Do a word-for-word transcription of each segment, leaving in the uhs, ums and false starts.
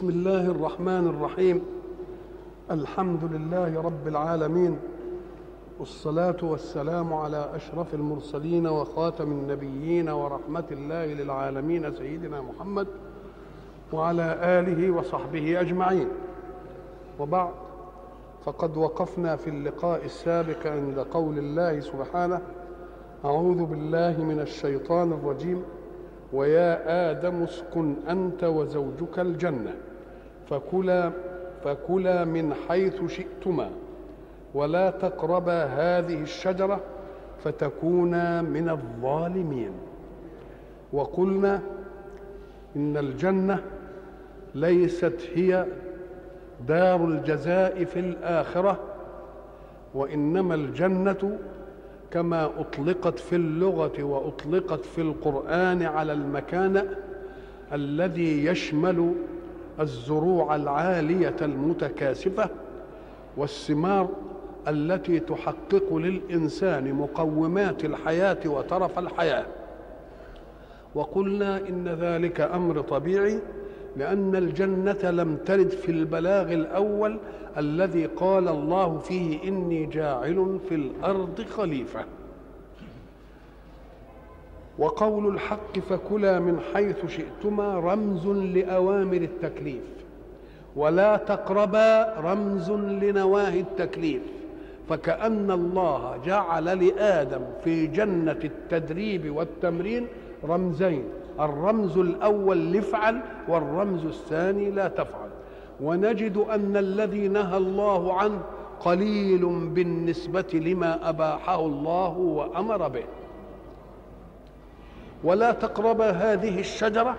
بسم الله الرحمن الرحيم. الحمد لله رب العالمين، والصلاة والسلام على أشرف المرسلين وخاتم النبيين ورحمة الله للعالمين سيدنا محمد وعلى آله وصحبه أجمعين. وبعد، فقد وقفنا في اللقاء السابق عند قول الله سبحانه: أعوذ بالله من الشيطان الرجيم: ويا آدم اسكن أنت وزوجك الجنة فكلا فكلا من حيث شئتما ولا تقربا هذه الشجرة فتكونا من الظالمين. وقلنا إن الجنة ليست هي دار الجزاء في الآخرة، وإنما الجنة كما أطلقت في اللغة وأطلقت في القرآن على المكان الذي يشمل الزروع العالية المتكاثفة والثمار التي تحقق للإنسان مقومات الحياة وترف الحياة. وقلنا إن ذلك أمر طبيعي، لأن الجنة لم ترد في البلاغ الأول الذي قال الله فيه: إني جاعل في الأرض خليفة. وقول الحق فكلا من حيث شئتما رمز لأوامر التكليف، ولا تقربا رمز لنواهي التكليف، فكأن الله جعل لآدم في جنة التدريب والتمرين رمزين: الرمز الأول لافعل، والرمز الثاني لا تفعل. ونجد أن الذي نهى الله عنه قليل بالنسبة لما أباحه الله وأمر به. ولا تقربا هذه الشجرة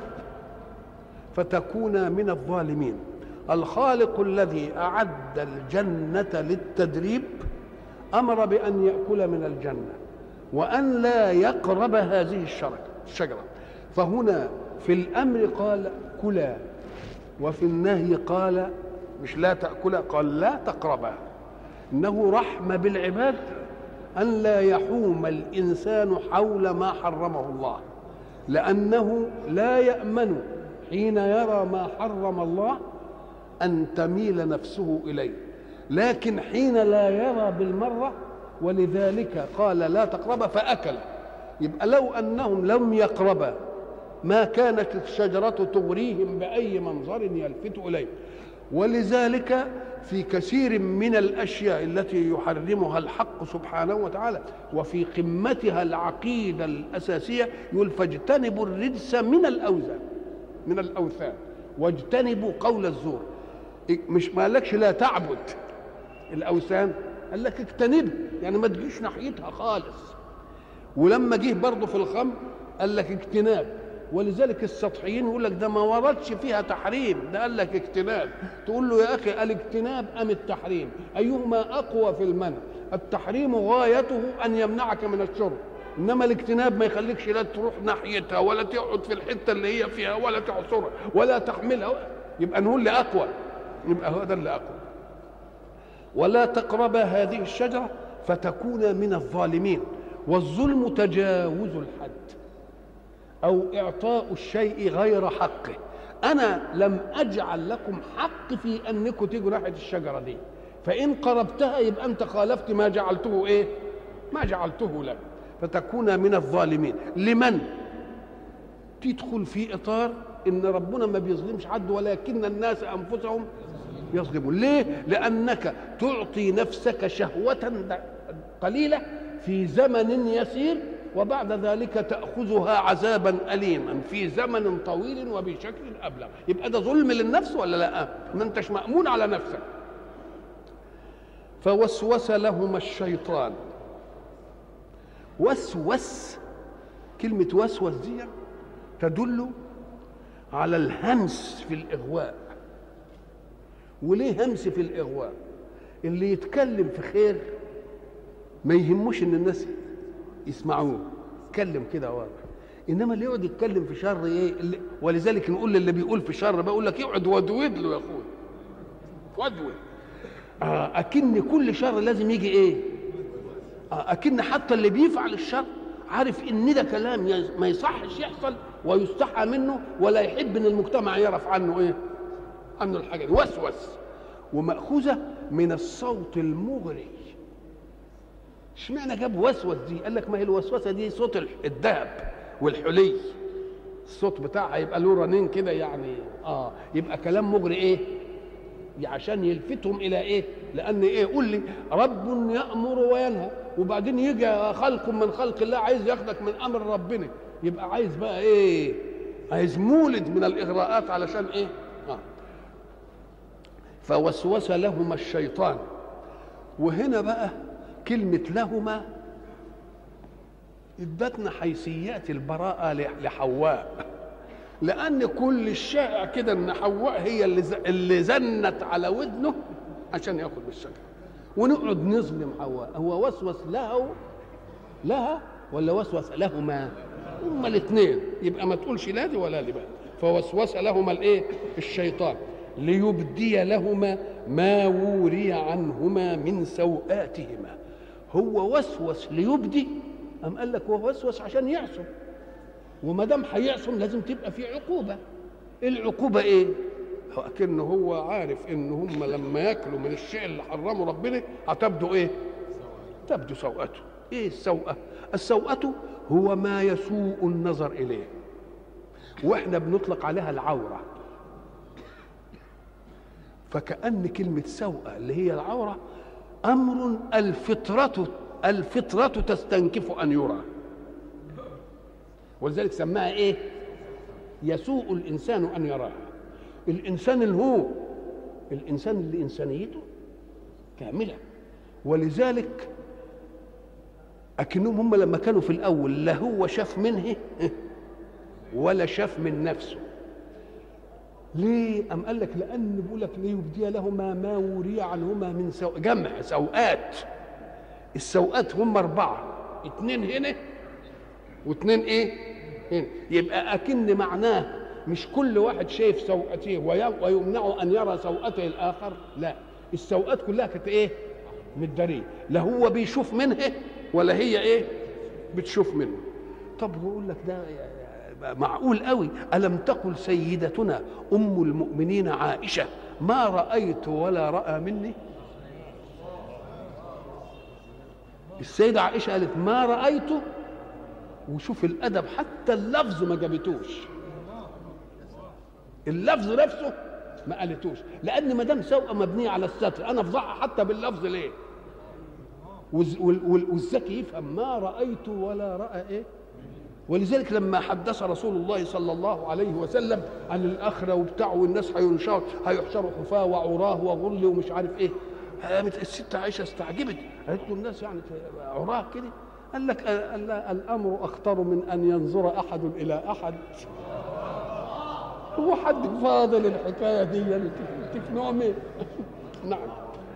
فتكونا من الظالمين. الخالق الذي أعد الجنة للتدريب أمر بأن يأكل من الجنة وأن لا يقرب هذه الشجرة، فهنا في الأمر قال كلا، وفي النهي قال مش لا تأكلا، قال لا تقربا. إنه رحمة بالعباد أن لا يحوم الإنسان حول ما حرمه الله، لأنه لا يأمن حين يرى ما حرم الله أن تميل نفسه إليه، لكن حين لا يرى بالمرة، ولذلك قال لا تقربا فأكل. يبقى لو أنهم لم يقربا ما كانت الشجرة تغريهم بأي منظر يلفت إليه. ولذلك في كثير من الأشياء التي يحرمها الحق سبحانه وتعالى وفي قمتها العقيدة الأساسية يقول: فاجتنبوا الرجس من الأوثان من الأوثان واجتنبوا قول الزور. مش ما قالكش لا تعبد الأوثان، قال لك اجتنبها، يعني ما تجيش ناحيتها خالص. ولما جه برضه في الخمر قال لك اجتناب. ولذلك السطحيين يقول لك ده ما وردش فيها تحريم، ده قال لك اجتناب. تقول له يا اخي الاجتناب ام التحريم ايهما اقوى في المنع؟ التحريم غايته ان يمنعك من الشرب، انما الاجتناب ما يخليكش لا تروح ناحيتها ولا تقعد في الحته اللي هي فيها ولا تعصرها ولا تحملها. يبقى نقول اللي اقوى، يبقى هو ده اللي اقوى. ولا تقربا هذه الشجره فتكون من الظالمين. والظلم تجاوز الحد أو إعطاء الشيء غير حقه. أنا لم أجعل لكم حق في أنكم تيجوا ناحية الشجرة دي، فإن قربتها يبقى أنت خالفت ما جعلته إيه؟ ما جعلته لك، فتكون من الظالمين. لمن؟ تدخل في إطار إن ربنا ما بيظلمش حد، ولكن الناس أنفسهم يظلمون. ليه؟ لأنك تعطي نفسك شهوة قليلة في زمن يسير، وبعد ذلك تأخذها عذابا أليما في زمن طويل وبشكل أبلغ. يبقى ده ظلم للنفس ولا لا؟ ما انتش مأمون على نفسك. فوسوس لهما الشيطان. وسوس، كلمة وسوس دي تدل على الهمس في الإغواء. وليه همس في الإغواء؟ اللي يتكلم في خير ما يهموش ان الناس يسمعوه، يتكلم كده واضح. انما اللي يقعد يتكلم في شر ايه؟ اللي ولذلك نقول للي بيقول في شر بقول لك يقعد ودود له يا اخويا، ودود. آه اكن كل شر لازم يجي ايه؟ آه اكن حتى اللي بيفعل الشر عارف ان ده كلام ما يصحش يحصل ويستحى منه، ولا يحب ان المجتمع يعرف عنه ايه؟ عنه الحاجه دي، وسوس، ومأخوذه من الصوت المغري. اشمعنى جاب وسوس دي؟ قال لك ما هي الوسوسه دي صوت الذهب والحلي، الصوت بتاعها يبقى له رنين كده يعني، اه يبقى كلام مغري ايه؟ عشان يلفتهم الى ايه؟ لان ايه؟ قول لي رب يأمر وينهى، وبعدين يجي خلق من خلق الله عايز ياخدك من امر ربنا، يبقى عايز بقى ايه؟ عايز مولد من الاغراءات علشان ايه؟ آه. فوسوس لهما الشيطان. وهنا بقى كلمة لهما ادتنا حيثيات البراءة لحواء، لأن كل الشائع كده إن حواء هي اللي اللي زنت على ودنه عشان ياخد بالشجرة، ونقعد نظلم حواء. هو وسوس له لها ولا وسوس لهما؟ هما الاثنين، يبقى ما تقولش لا دي ولا دي بقى. فوسوس لهما الايه؟ الشيطان ليبدي لهما ما وري عنهما من سوآتهما. هو وسوس ليبدي، أم قال لك هو وسوس عشان يعصم، وما دام هيعصم لازم تبقى في عقوبة. العقوبة ايه؟ اكن هو عارف ان هم لما ياكلوا من الشيء اللي حرمه ربنا هتبدو ايه؟ تبدو سوءته. ايه السوءة؟ السوءة هو ما يسوء النظر اليه، واحنا بنطلق عليها العورة. فكأن كلمة سوءة اللي هي العورة أمر الفطرة الفطرة تستنكف أن يرى، ولذلك سماها إيه؟ يسوء الإنسان أن يراها. الإنسان اللي هو الإنسان اللي إنسانيته كاملة، ولذلك أكنهم هم لما كانوا في الأول لا هو شاف منه ولا شاف من نفسه. ليه؟ أم قال لك لأن بيقول لك ليبدي لهما ما وري عنهما من سوء، جمع سوءات. السوءات هم أربعة، اتنين هنا واتنين إيه؟ هنا. يبقى أكن معناه مش كل واحد شايف سوءته ويمنعه أن يرى سوءته الآخر، لا، السوءات كلها كانت إيه؟ متدارية، لا هو بيشوف منها ولا هي إيه؟ بتشوف منه. طب يقول لك ده معقول قوي؟ ألم تقل سيدتنا أم المؤمنين عائشة ما رأيت ولا رأى مني؟ السيدة عائشة قالت ما رأيته، وشوف الأدب حتى اللفظ ما جابتوش، اللفظ نفسه ما قالتوش، لأن ما دام سوءة مبنية على الستر أنا أفضحها حتى باللفظ ليه؟ والذكي يفهم ما رأيت ولا رأى إيه؟ ولذلك لما حدث رسول الله صلى الله عليه وسلم عن الآخرة وبتاعه والناس هينشروا هيحشروا حفاة وعراه وغرل ومش عارف ايه، قامت الست عائشة استعجبت، قالت له الناس يعني عراه كده؟ قال لك الأمر أخطر من أن ينظر أحد إلى أحد. هو حد فاضل الحكاية دي تفنعم ايه؟ نعم.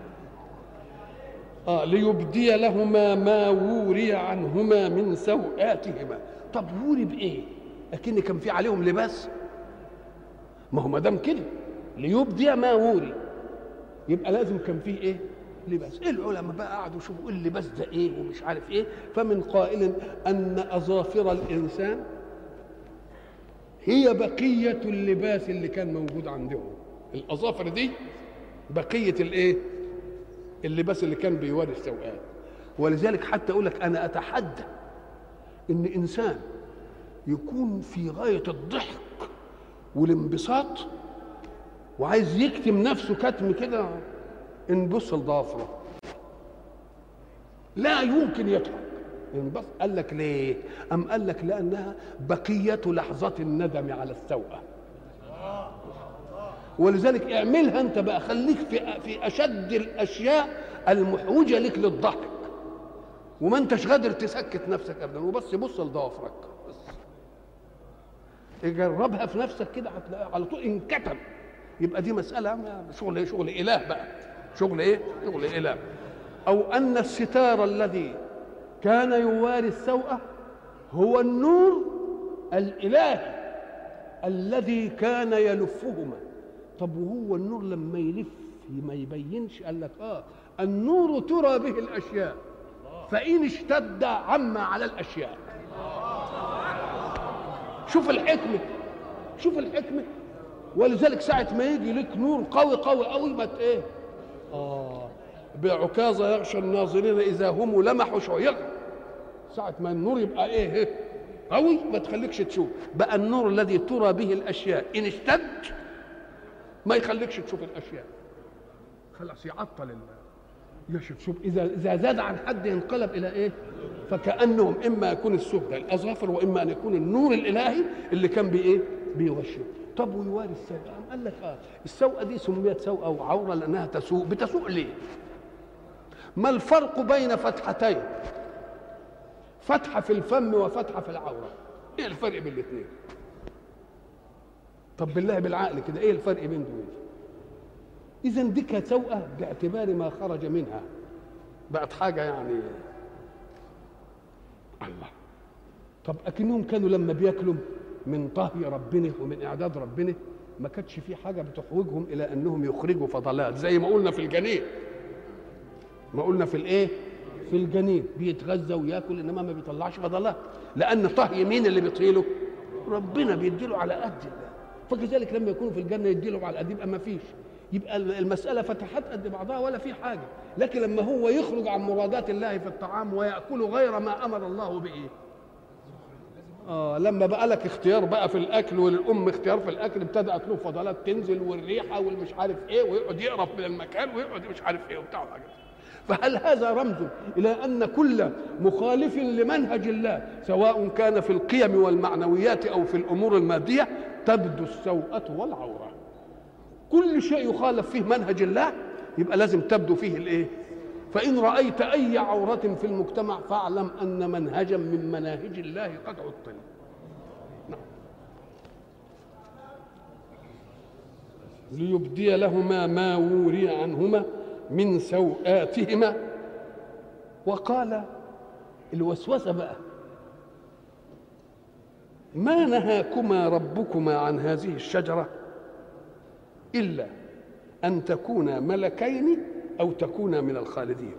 آه ليبدي لهما ما وري عنهما من سوآتهما. طب وري بايه؟ لكن كان في عليهم لباس، ما هو ما دام كده ليبدي ما وري يبقى لازم كان فيه ايه؟ لباس. إيه العلماء بقى قعدوا يشوفوا اللباس ده ايه ومش عارف ايه، فمن قائل ان اظافر الانسان هي بقيه اللباس اللي كان موجود عندهم. الاظافر دي بقيه الايه؟ اللباس اللي كان بيوري السوءات. ولذلك حتى اقول لك انا اتحدى ان انسان يكون في غايه الضحك والانبساط وعايز يكتم نفسه كتم كده انبص لضافره، لا يمكن يضحك ينبص. قال لك ليه؟ ام قال لك لانها بقيه لحظه الندم على السوءه. ولذلك اعملها انت بقى، خليك في في اشد الاشياء المحوجه لك للضحك وما انتش قادر تسكت نفسك ابدا، وبس بص لضوافرك بس، جربها في نفسك كده هتلاقي على طول انكتم. يبقى دي مساله شغل شغل اله بقى، شغل ايه؟ شغل اله. او ان الستار الذي كان يواري السوءه هو النور الالهي الذي كان يلفهما. طب وهو النور لما يلف ما يبينش؟ قال لك اه النور ترى به الاشياء فان اشتد عما على الاشياء. شوف الحكمه، شوف الحكمه. ولذلك ساعة ما يجي لك نور قوي قوي قوي ما ايه اه بعكاظة يغشى الناظرين إذا هم لمحوا شوية. ساعة ما النور يبقى ايه قوي ما تخليكش تشوف. بقى النور الذي ترى به الأشياء إن اشتد ما يخليكش تشوف الأشياء، خلاص يعطل الله. يشوف شوف اذا اذا زاد عن حد ينقلب الى ايه؟ فكانهم اما يكون السوء ده الاظافر واما ان يكون النور الالهي اللي كان بايه؟ بيوشي. طب ويواري السوء؟ قال لك اه السوء دي سميت سوء او عوره لانها تسوء. بتسوء ليه؟ ما الفرق بين فتحتين؟ فتحه في الفم وفتحه في العوره، ايه الفرق بين الاثنين؟ طب بالله بالعقل كده ايه الفرق بين دول؟ إذا دي كانت سوءة باعتبار ما خرج منها، بقت حاجة يعني الله. طب أكنهم كانوا لما بياكلوا من طهي ربنا ومن إعداد ربنا ما كانتش في حاجة بتحوجهم إلى أنهم يخرجوا فضلات، زي ما قلنا في الجنين. ما قلنا في الإيه؟ في الجنين بيتغذى وياكل إنما ما بيطلعش فضلات، لأن طهي مين اللي بيطهيله؟ ربنا بيديله على قد الله. فكذلك لما يكونوا في الجنة يديله على قد، يبقى ما فيش، يبقى المسألة فتحات قد بعضها ولا في حاجة. لكن لما هو يخرج عن مرادات الله في الطعام ويأكل غير ما أمر الله به، آه لما بقى لك اختيار بقى في الأكل وللأم اختيار في الأكل ابتدأت له فضلات تنزل والريحة والمش عارف إيه ويقعد يقرف من المكان ويقعد مش عارف إيه وبتاع حاجة. فهل هذا رمز إلى أن كل مخالف لمنهج الله سواء كان في القيم والمعنويات أو في الأمور المادية تبدو السوءة والعورة؟ كل شيء يخالف فيه منهج الله يبقى لازم تبدو فيه الايه؟ فإن رأيت أي عورة في المجتمع فاعلم أن منهجا من مناهج الله قد عطل. نعم. ليبدي لهما ما وري عنهما من سوآتهما. وقال الوسوسة بقى: ما نهاكما ربكما عن هذه الشجرة إلا أن تكونا ملكين أو تكونا من الخالدين.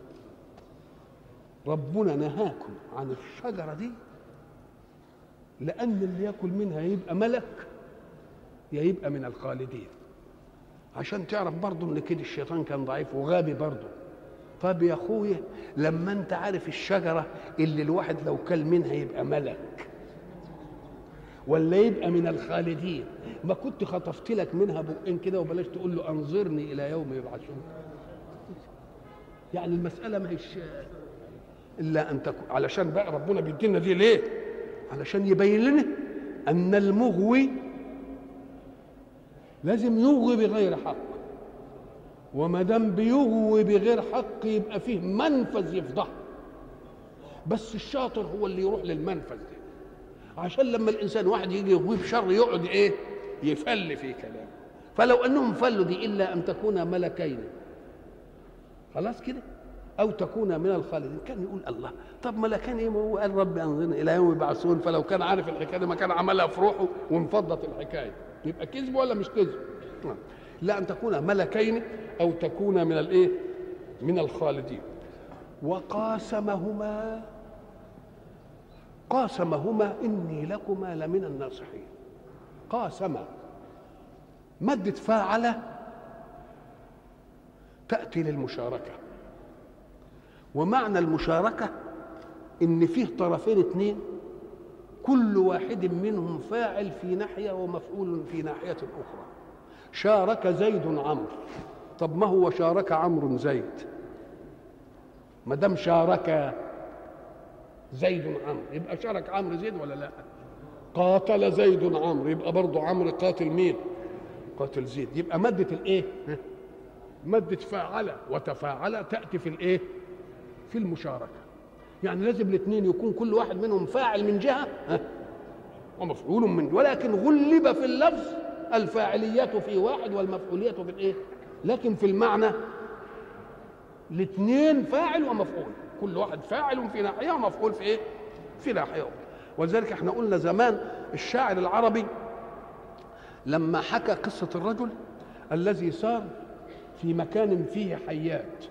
ربنا نهاكم عن الشجرة دي لأن اللي يأكل منها يبقى ملك يا يبقى من الخالدين، عشان تعرف برضه ان كده الشيطان كان ضعيف وغابي برضه. طب يا اخويا لما انت عارف الشجره اللي الواحد لو كل منها يبقى ملك ولا يبقى من الخالدين، ما كنت خطفت لك منها بقين كده وبلاش تقول له انظرني الى يوم يبعثون. يعني المساله ما هيش الا ان تكون. علشان بقى ربنا بيدينا دي ليه؟ علشان يبين لنا ان المغوي لازم يغوي بغير حق، وما دام بيغوي بغير حق يبقى فيه منفذ يفضحه. بس الشاطر هو اللي يروح للمنفذ ده، عشان لما الانسان واحد يجي يغوي بشر يقعد ايه؟ يفل في كلامه. فلو انهم فلوا دي الا ان تكون ملكين خلاص كده او تكون من الخالدين، كان يقول الله طب ملكان ايه؟ ما هو قال رب انظرني الى يوم يبعثون. فلو كان عارف الحكايه ما كان عملها في روحه وانفضت الحكايه. يبقى كذب ولا مش كذب؟ لا، ان تكون ملكين او تكون من الايه؟ من الخالدين. وقاسمهما قاسمهما اني لكما لمن الناصحين. قاسم مادة فاعل تأتي للمشاركة، ومعنى المشاركة ان فيه طرفين اثنين كل واحد منهم فاعل في ناحية ومفعول في ناحية أخرى. شارك زيد عمرو. طب ما هو شارك عمرو زيد؟ ما دام شارك زيد عمرو يبقى شارك عمرو زيد ولا لا؟ قاتل زيد عمرو يبقى برضه عمرو قاتل مين؟ قاتل زيد. يبقى مادة الايه؟ مادة فاعل وتفاعل تأتي في الايه؟ في المشاركة. يعني لازم الاثنين يكون كل واحد منهم فاعل من جهة ومفعول من، ولكن غلب في اللفظ الفاعليات في واحد والمفعولية في الايه؟ لكن في المعنى الاثنين فاعل ومفعول، كل واحد فاعل في ناحية ومفعول في ايه؟ في ناحية. ولذلك احنا قلنا زمان الشاعر العربي لما حكى قصة الرجل الذي سار في مكان فيه حيات،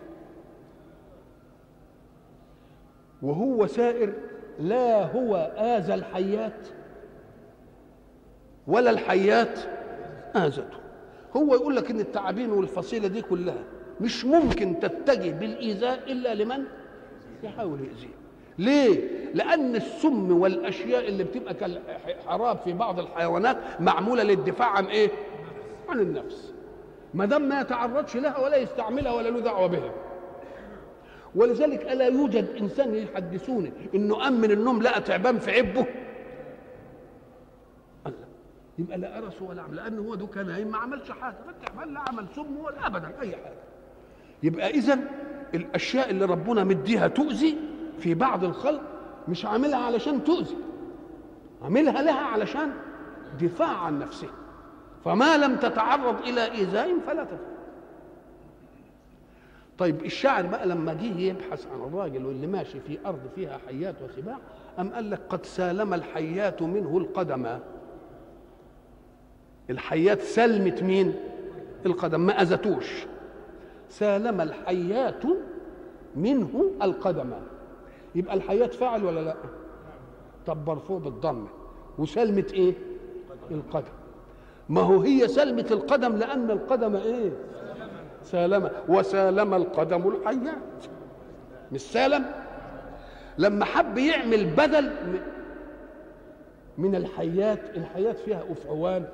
وهو سائر لا هو آذى الحيات ولا الحيات آذته. هو يقول لك ان التعابين والفصيله دي كلها مش ممكن تتجه بالايذاء الا لمن يحاول يؤذيه. ليه؟ لان السم والاشياء اللي بتبقى كالحراب في بعض الحيوانات معموله للدفاع عن ايه؟ عن النفس. ما دام ما يتعرضش لها ولا يستعملها ولا له دعوه بها. ولذلك الا يوجد انسان يحدثوني انه قام من النوم لقى تعبان في عبه، يبقى لا قرص ولا عمل، لانه هو ده كان نايم ما عملش حاجه، فالتعبان لا عمل سم ولا ابدا اي حاجه. يبقى اذا الاشياء اللي ربنا مديها تؤذي في بعض الخلق مش عاملها علشان تؤذي، عاملها لها علشان دفاع عن نفسها، فما لم تتعرض الى ايذاء فلا تفعل. طيب الشاعر بقى لما جه يبحث عن الراجل واللي ماشي في ارض فيها حيات وسباع، ام قال لك قد سالم الحيات منه القدم. الحيات سلمت مين؟ القدم، ما اذتوش. سالم الحيات منه القدم، يبقى الحيات فاعل ولا لا؟ طب مرفوع بالضمه، وسلمت ايه؟ القدم. ما هو هي سلمت القدم لان القدم ايه؟ سالم، وسالم القدم الحيات، مش سالم. لما حب يعمل بدل من الحيات، الحيات فيها افعوان،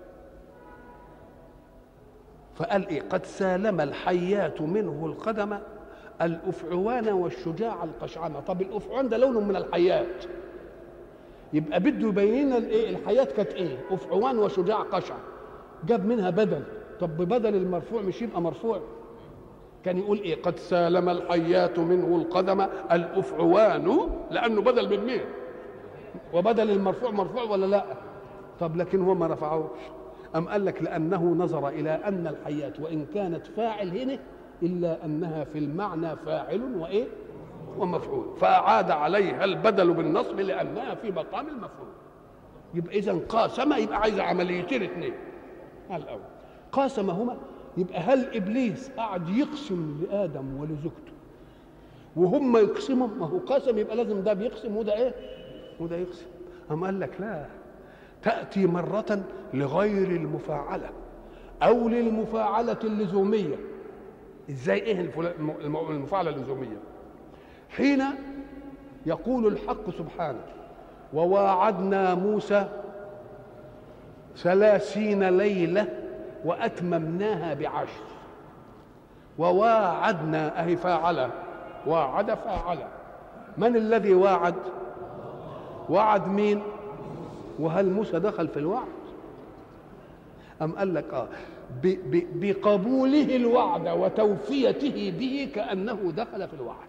فقال ايه؟ قد سالم الحيات منه القدم الافعوان والشجاع القشعمه. طب الافعوان ده لون من الحيات، يبقى بده يبين لنا الايه؟ الحيات كانت ايه؟ افعوان وشجاع قشع، جاب منها بدل. طب بدل المرفوع مش يبقى مرفوع؟ كان يقول ايه؟ قد سالم الحيات منه القدم الافعوان، لانه بدل من مين؟ وبدل المرفوع مرفوع ولا لا؟ طب لكن هو ما رفعوش، أم قال لك لأنه نظر إلى أن الحيات وإن كانت فاعل هنا إلا أنها في المعنى فاعل وإيه؟ ومفعول، فأعاد عليها البدل بالنصب لأنها في مقام المفعول. يبقى إذن قاسم، يبقى عايز عمليتين اثنين. على الأول قاسمهما، يبقى هل إبليس قعد يقسم لآدم ولزوجته وهم يقسموا؟ ما هو قاسم، يبقى لازم ده بيقسم وده إيه؟ وده يقسم. أم قال لك لا، تأتي مرة لغير المفاعلة أو للمفاعلة اللزومية. إزاي إيه المفاعلة اللزومية؟ حين يقول الحق سبحانه وواعدنا موسى ثلاثين ليلة وأتممناها بعشر. وواعدنا أهي فاعلة، واعد فاعلة. من الذي واعد؟ وعد مين؟ وهل موسى دخل في الوعد؟ أم قال لك آه بقبوله الوعد وتوفيته به كأنه دخل في الوعد.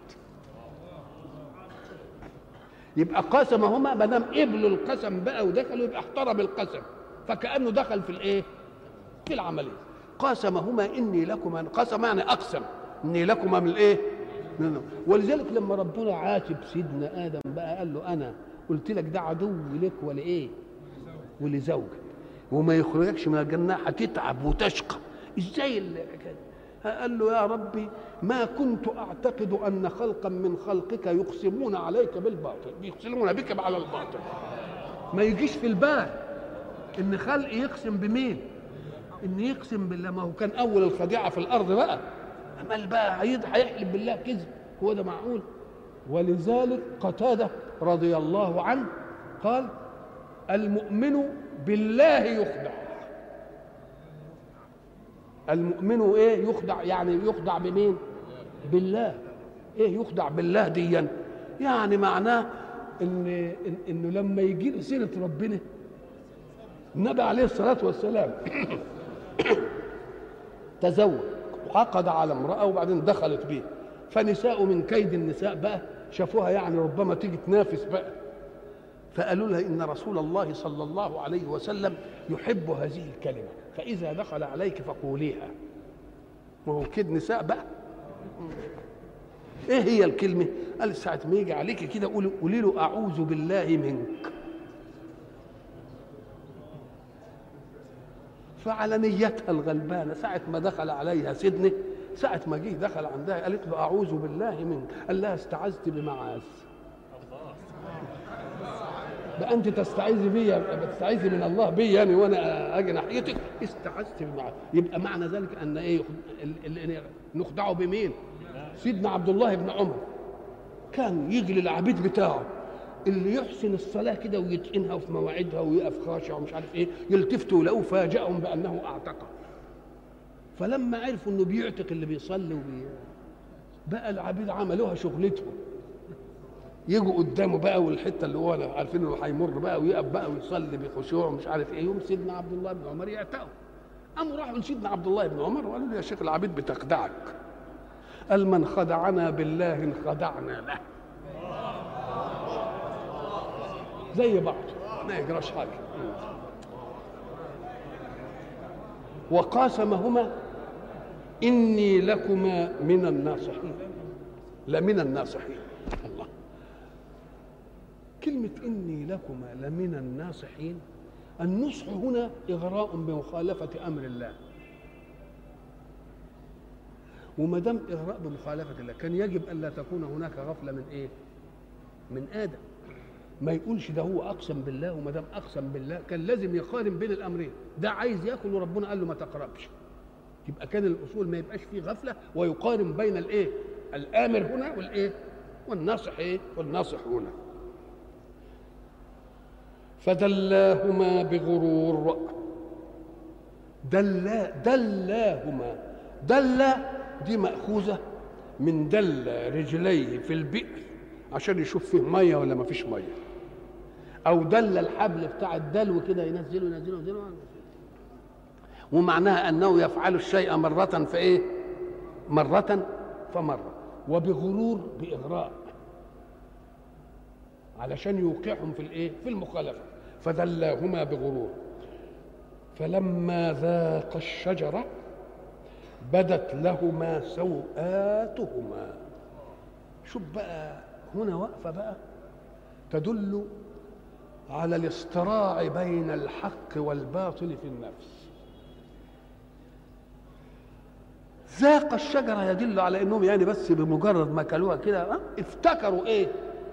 يبقى قاسمهما، ما دام قبلوا القسم بقى ودخلوا يبقى احترم القسم، فكأنه دخل في الايه؟ في العملية. قاسمهما إني لكما، قسم يعني أقسم إني لكما من الايه؟ ولذلك لما ربنا عاتب سيدنا آدم بقى قال له أنا قلت لك ده عدو لك ولايه؟ ولزوجك، وما يخرجكش من الجنه هتتعب وتشقى. ازاي الحكايه؟ قال له يا ربي ما كنت اعتقد ان خلقا من خلقك يقسمون عليك بالباطل، يقسمون بك على الباطل. ما يجيش في البال ان خلق يقسم بمين؟ ان يقسم بالله. ما هو كان اول الخديعه في الارض بقى، امال بقى هيحلف بالله كذب؟ هو ده معقول؟ ولذلك قتادة رضي الله عنه قال المؤمن بالله يخدع. المؤمن ايه؟ يخدع، يعني يخدع بمين؟ بالله. ايه يخدع بالله ديا؟ يعني معناه ان إن انه لما يجي له سيره ربنا، النبي عليه الصلاه والسلام تزوج وعقد على امراه وبعدين دخلت بيه، فنساء من كيد النساء بقى شافوها يعني ربما تيجي تنافس بقى، فقالوا لها ان رسول الله صلى الله عليه وسلم يحب هذه الكلمه، فاذا دخل عليك فقوليها. وهو كيد نساء بقى. ايه هي الكلمه؟ قال ساعه ما يجي عليك كده قولي قولي له اعوذ بالله منك. فعلى نيتها الغلبانه ساعه ما دخل عليها سيدنا، ساعة ما جه دخل عندها قالت له أعوذ بالله منك، قال لها استعذت بمعاذ. بقى انت تستعيذ بيا، بتستعيذ من الله بيا يعني وانا اجي ناحيتك، استعذت بمعنى. يبقى معنى ذلك ان ايه؟ نخدعه بمين؟ سيدنا عبد الله بن عمر كان يجي للعبيد بتاعه اللي يحسن الصلاه كده ويتقنها في مواعيدها ويقف خاشع ومش عارف ايه، يلتفتوا يلاقوه فاجئهم بانه اعتقه. فلما عرفوا انه بيعتق اللي بيصلي وبي... بقى العبيد عملوها شغلتهم، يجوا قدامه بقى والحته اللي هو عارفين انه هيمر بقى ويقف بقى ويصلي بخشوع ومش عارف ايه، يوم سيدنا عبد الله بن عمر يعتقوا. قاموا راحوا لسيدنا عبد الله بن عمر وقالوا له يا شيخ العبيد بتخدعك. قال من خدعنا بالله انخدعنا له. زي بعض ما يجراش حاجه. وقاسمهما إني لكما من الناصحين، لمن الناصحين. الله، كلمة إني لكما لمن الناصحين، النصح هنا إغراء بمخالفة أمر الله، وما دام إغراء بمخالفة الله كان يجب ألا تكون هناك غفلة من إيه؟ من آدم. ما يقولش ده هو أقسم بالله، وما دام أقسم بالله كان لازم يقارن بين الأمرين، ده عايز ياكل وربنا قال له ما تقربش، يبقى كان الأصول ما يبقاش فيه غفلة، ويقارن بين الإيه؟ الآمر هنا والإيه؟ والناصح إيه؟ والناصح هنا. فدلاهما بغرور، دلا دلاهما، دلا دي مأخوذة من دل رجليه في البئر عشان يشوف فيه ميه ولا ما فيش ميه، او دل الحبل بتاع الدلو كده ينزله ينزله ينزله، ومعناها انه يفعل الشيء مرة فايه؟ مرة فمرة. وبغرور بإغراء علشان يوقعهم في الايه؟ في المخالفة. فدلاهما بغرور فلما ذاق الشجرة بدت لهما سوآتهما. شوف بقى هنا وقفة بقى تدل على الاصطراع بين الحق والباطل في النفس. ذاق الشجرة يدل على انهم يعني بس بمجرد ما كلوها كده افتكروا ايه؟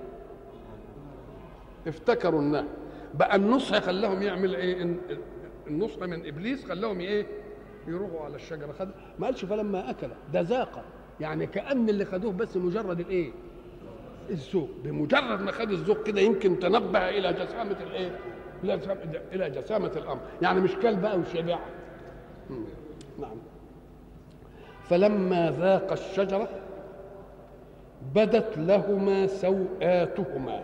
افتكروا النهي. بقى النصح خلاهم يعمل ايه؟ النصح من ابليس خلاهم ايه؟ يروحوا على الشجرة. خد ما قالش فلما اكل، ده ذاق، يعني كأن اللي خدوه بس مجرد الايه؟ الذوق. بمجرد ما خد الذوق كده يمكن تنبه الى جسامة الايه؟ الى جسامة الامر، يعني مش كل بقى وشبع. نعم. فلما ذاق الشجرة بدت لهما سوآتهما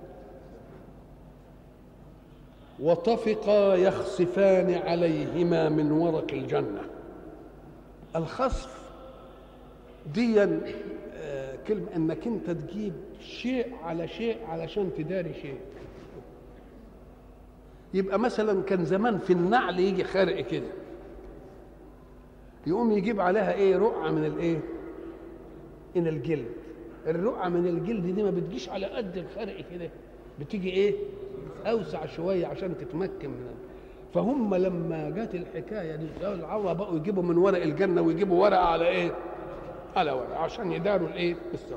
وطفقا يخصفان عليهما من ورق الجنة. الخصف ديا كلمة انك انت تجيب شيء على شيء علشان تداري شيء. يبقى مثلا كان زمان في النعل يجي خارق كده، يقوم يجيب عليها ايه؟ رقعة من الايه؟ من الجلد. الرقعة من الجلد دي ما بتجيش على قد الخرق كده، بتيجي ايه؟ اوسع شوية عشان تتمكن منها. فهم لما جت الحكاية دي العورة بقوا يجيبوا من ورق الجنة ويجيبوا ورقة على ايه؟ على ورقة عشان يداروا الايه؟ السوء.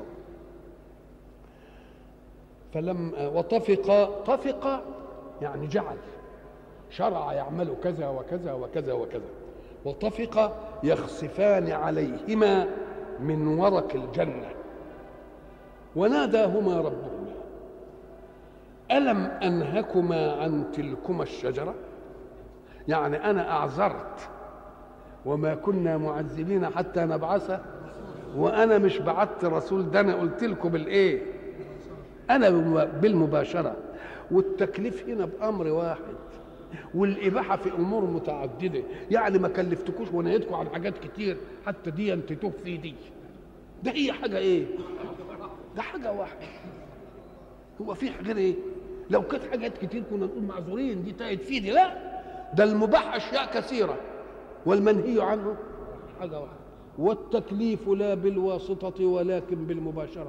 فلما وطفق، طفق يعني جعل، شرع يعمل كذا وكذا وكذا وكذا. وطفق يخصفان عليهما من ورق الجنة وناداهما ربهما ألم أنهكما عن تلكما الشجرة؟ يعني أنا أعذرت وما كنا معذبين حتى نبعث، وأنا مش بعثت رسول، ده أنا قلت لكم بالإيه؟ أنا بالمباشرة. والتكليف هنا بأمر واحد، والإباحة في أمور متعددة، يعني ما كلفتكوش ونهيتكم عن حاجات كتير حتى دي أنت في دي. ده هي حاجة إيه؟ ده حاجة واحدة. هو في غير إيه؟ لو كانت حاجات كتير كنا نقول معذورين دي تايت في دي، لا، ده المباح أشياء كثيرة والمنهي عنه حاجة واحدة. والتكليف لا بالواسطة ولكن بالمباشرة.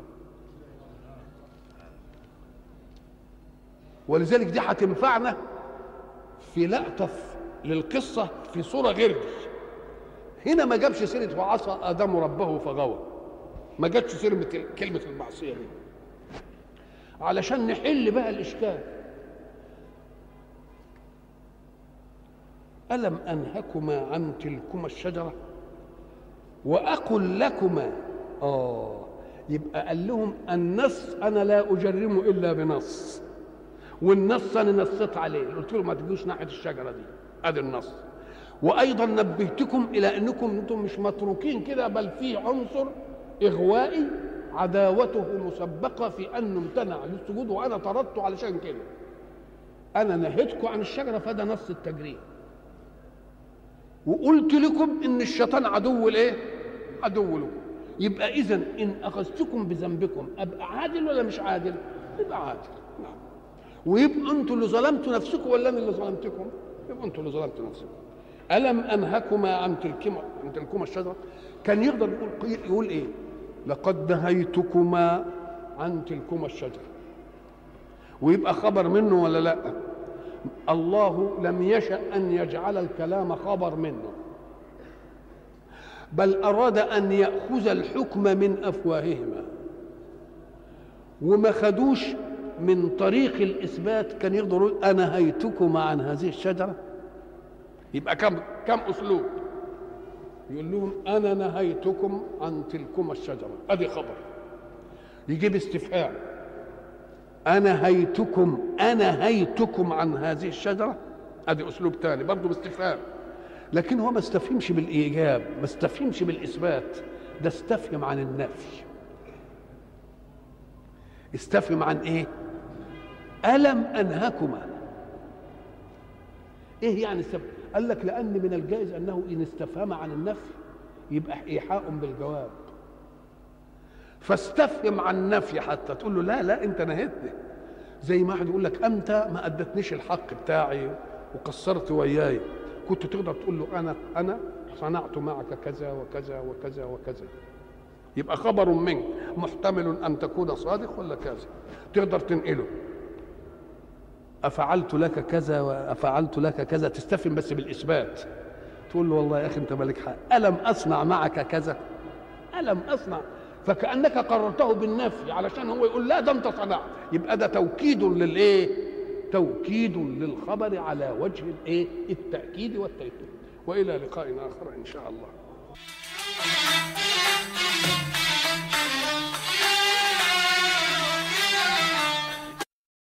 ولذلك دي هتنفعنا في لقطة للقصة في صورة غير دي. هنا ما جابش سيرة وعصى آدم ربه فغوى، ما جاتش سيرة كلمة المعصية دي علشان نحل بقى الإشكال. ألم أنهكما عن تلكما الشجرة وأقل لكما. آه يبقى قال لهم النص أنا لا أجرم إلا بنص، والنص أنا نصت عليه، قلت لهم ما تجوش ناحية الشجرة دي، أدي النص. وأيضا نبهتكم إلى أنكم أنتم مش متروكين كده، بل في عنصر إغوائي عداوته مسبقة في أن نمتنع للسجود، وأنا طردته علشان كده. أنا نهيتكم عن الشجرة، فده نص التجريم. وقلت لكم إن الشيطان عدو الإيه؟ عدو لكم. يبقى إذن إن أخذتكم بذنبكم أبقى عادل ولا مش عادل؟ يبقى عادل. نعم. ويبقى أنتوا اللي ظلمتوا نفسكم ولا أنا اللي ظلمتكم؟ يبقى أنتوا اللي ظلمتوا نفسكم. ألم أنهكما عن تلكما عن تلكما الشجرة؟ كان يقدر يقول يقول إيه؟ لقد نهيتكما عن تلكما الشجرة، ويبقى خبر منه ولا لا؟ الله لم يشأ أن يجعل الكلام خبر منه، بل أراد أن يأخذ الحكم من أفواههما، وما خدوش من طريق الإثبات. كان يقدر يقول أنا نهيتكما عن هذه الشجرة، يبقى كم كم أسلوب؟ يقول لهم أنا نهيتكم عن تلكما الشجرة، أدي خبر. يجيب استفهام، أنا هيتكم أنا هيتكم عن هذه الشجرة، أدي أسلوب ثاني برضه باستفهام. لكن هو ما استفهمش بالإيجاب، ما استفهمش بالإثبات، ده استفهم عن النفي. استفهم عن إيه؟ ألم أنهكما. إيه يعني استفهم؟ قال لك لأن من الجائز أنه إن استفهم عن النفي يبقى إيحاء بالجواب، فاستفهم عن النفي حتى تقول له لا لا أنت نهيتني. زي ما واحد يقول لك أنت ما أدتنيش الحق بتاعي وقصرت وياي، كنت تقدر تقول له أنا أنا صنعت معك كذا وكذا وكذا وكذا، يبقى خبر منك محتمل أن تكون صادق ولا كذا، تقدر تنقله. أفعلت لك كذا وأفعلت لك كذا، تستفهم بس بالإثبات، تقول له والله يا أخي أنت مالك حق، ألم أصنع معك كذا، ألم أصنع، فكأنك قررته بالنفي علشان هو يقول لا ده أنت صنعت، يبقى ده توكيد للإيه؟ توكيد للخبر على وجه الإيه؟ التأكيد والتأكيد. وإلى لقاء آخر إن شاء الله.